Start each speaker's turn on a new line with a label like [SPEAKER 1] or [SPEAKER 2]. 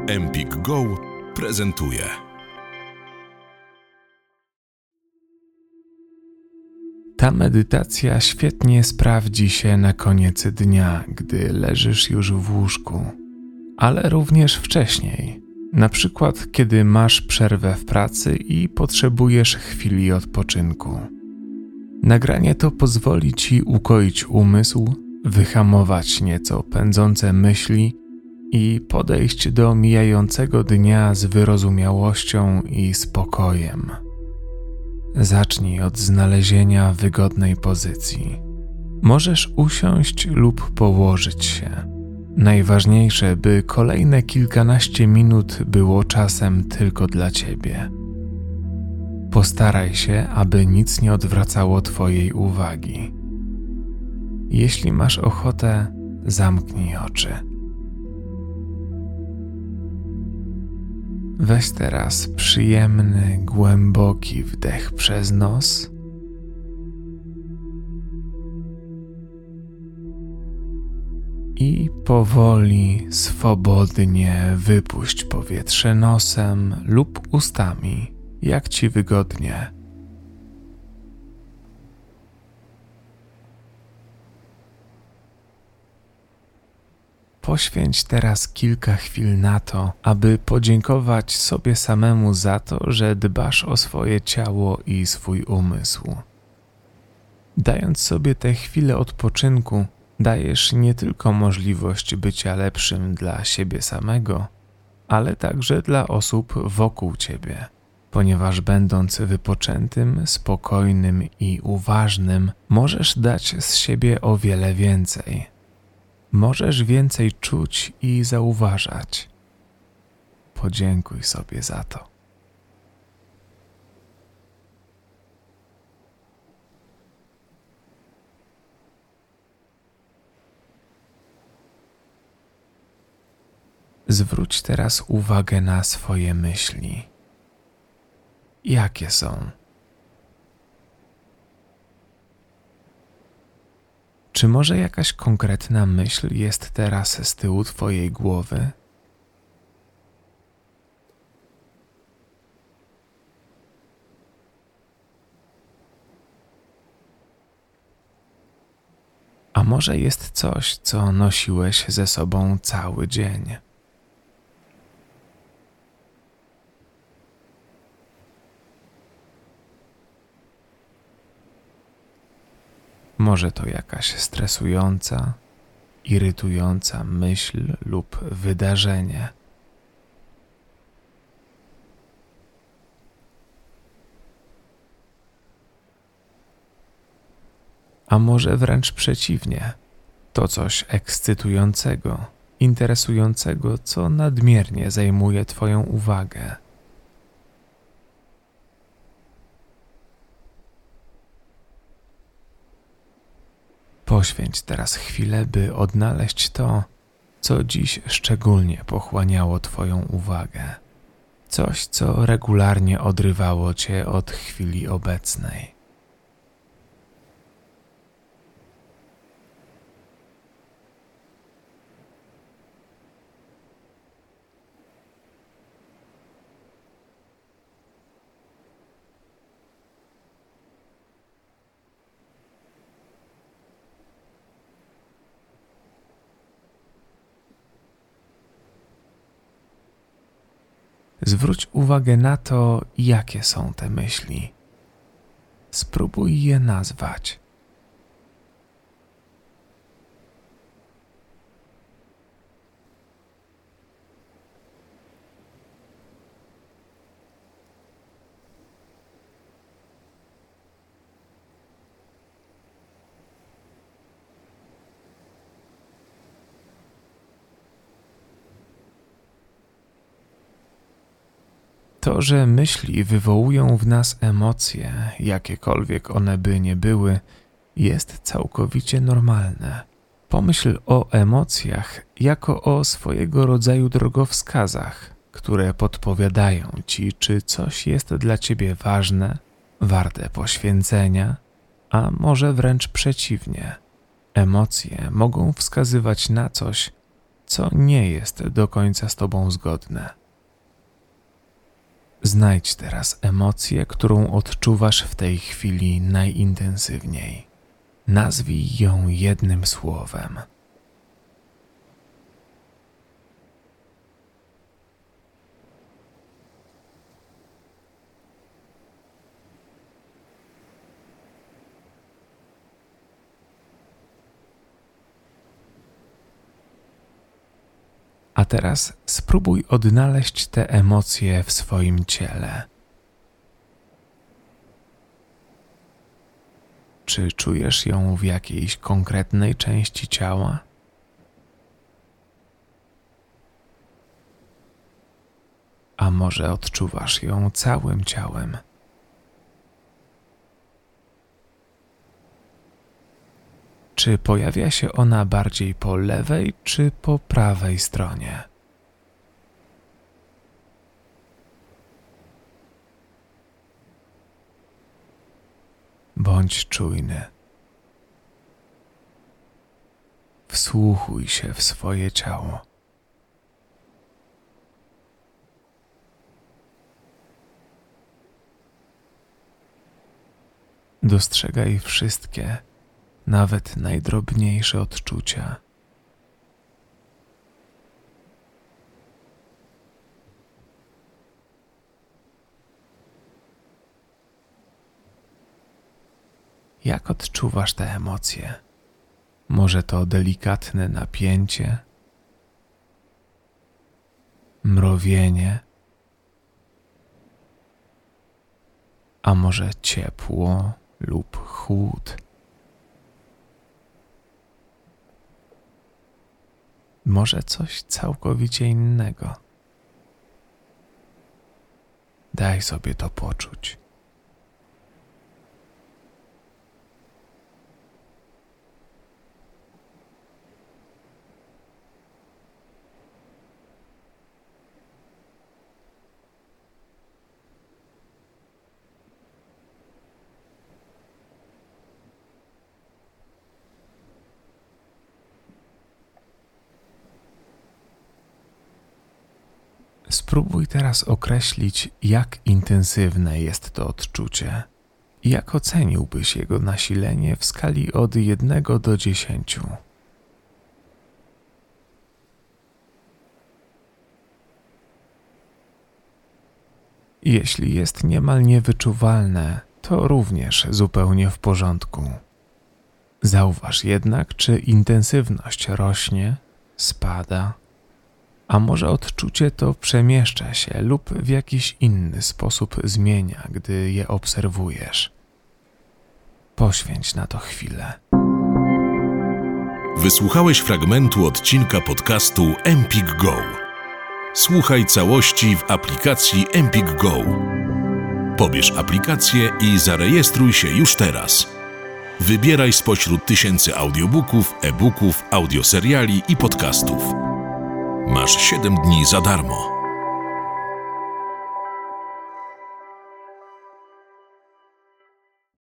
[SPEAKER 1] Empik Go prezentuje.
[SPEAKER 2] Ta medytacja świetnie sprawdzi się na koniec dnia, gdy leżysz już w łóżku, ale również wcześniej, na przykład kiedy masz przerwę w pracy i potrzebujesz chwili odpoczynku. Nagranie to pozwoli Ci ukoić umysł, wyhamować nieco pędzące myśli i podejść do mijającego dnia z wyrozumiałością i spokojem. Zacznij od znalezienia wygodnej pozycji. Możesz usiąść lub położyć się. Najważniejsze, by kolejne kilkanaście minut było czasem tylko dla Ciebie. Postaraj się, aby nic nie odwracało Twojej uwagi. Jeśli masz ochotę, zamknij oczy. Weź teraz przyjemny, głęboki wdech przez nos i powoli, swobodnie wypuść powietrze nosem lub ustami, jak Ci wygodnie. Poświęć teraz kilka chwil na to, aby podziękować sobie samemu za to, że dbasz o swoje ciało i swój umysł. Dając sobie te chwile odpoczynku, dajesz nie tylko możliwość bycia lepszym dla siebie samego, ale także dla osób wokół Ciebie, ponieważ będąc wypoczętym, spokojnym i uważnym, możesz dać z siebie o wiele więcej. Możesz więcej czuć i zauważać. Podziękuj sobie za to. Zwróć teraz uwagę na swoje myśli. Jakie są? Czy może jakaś konkretna myśl jest teraz z tyłu Twojej głowy? A może jest coś, co nosiłeś ze sobą cały dzień? Może to jakaś stresująca, irytująca myśl lub wydarzenie. A może wręcz przeciwnie, to coś ekscytującego, interesującego, co nadmiernie zajmuje Twoją uwagę. Poświęć teraz chwilę, by odnaleźć to, co dziś szczególnie pochłaniało Twoją uwagę. Coś, co regularnie odrywało Cię od chwili obecnej. Zwróć uwagę na to, jakie są te myśli. Spróbuj je nazwać. To, że myśli wywołują w nas emocje, jakiekolwiek one by nie były, jest całkowicie normalne. Pomyśl o emocjach jako o swojego rodzaju drogowskazach, które podpowiadają Ci, czy coś jest dla Ciebie ważne, warte poświęcenia, a może wręcz przeciwnie. Emocje mogą wskazywać na coś, co nie jest do końca z tobą zgodne. Znajdź teraz emocję, którą odczuwasz w tej chwili najintensywniej. Nazwij ją jednym słowem. A teraz spróbuj odnaleźć te emocje w swoim ciele. Czy czujesz ją w jakiejś konkretnej części ciała? A może odczuwasz ją całym ciałem? Czy pojawia się ona bardziej po lewej czy po prawej stronie? Bądź czujny. Wsłuchuj się w swoje ciało. Dostrzegaj wszystkie, nawet najdrobniejsze odczucia. Jak odczuwasz te emocje? Może to delikatne napięcie, mrowienie, a może ciepło lub chłód? Może coś całkowicie innego? Daj sobie to poczuć. Spróbuj teraz określić, jak intensywne jest to odczucie. Jak oceniłbyś jego nasilenie w skali od 1 do 10? Jeśli jest niemal niewyczuwalne, to również zupełnie w porządku. Zauważ jednak, czy intensywność rośnie, spada, a może odczucie to przemieszcza się lub w jakiś inny sposób zmienia, gdy je obserwujesz. Poświęć na to chwilę.
[SPEAKER 1] Wysłuchałeś fragmentu odcinka podcastu Empik Go. Słuchaj całości w aplikacji Empik Go. Pobierz aplikację i zarejestruj się już teraz. Wybieraj spośród tysięcy audiobooków, e-booków, audioseriali i podcastów. Masz 7 dni za darmo.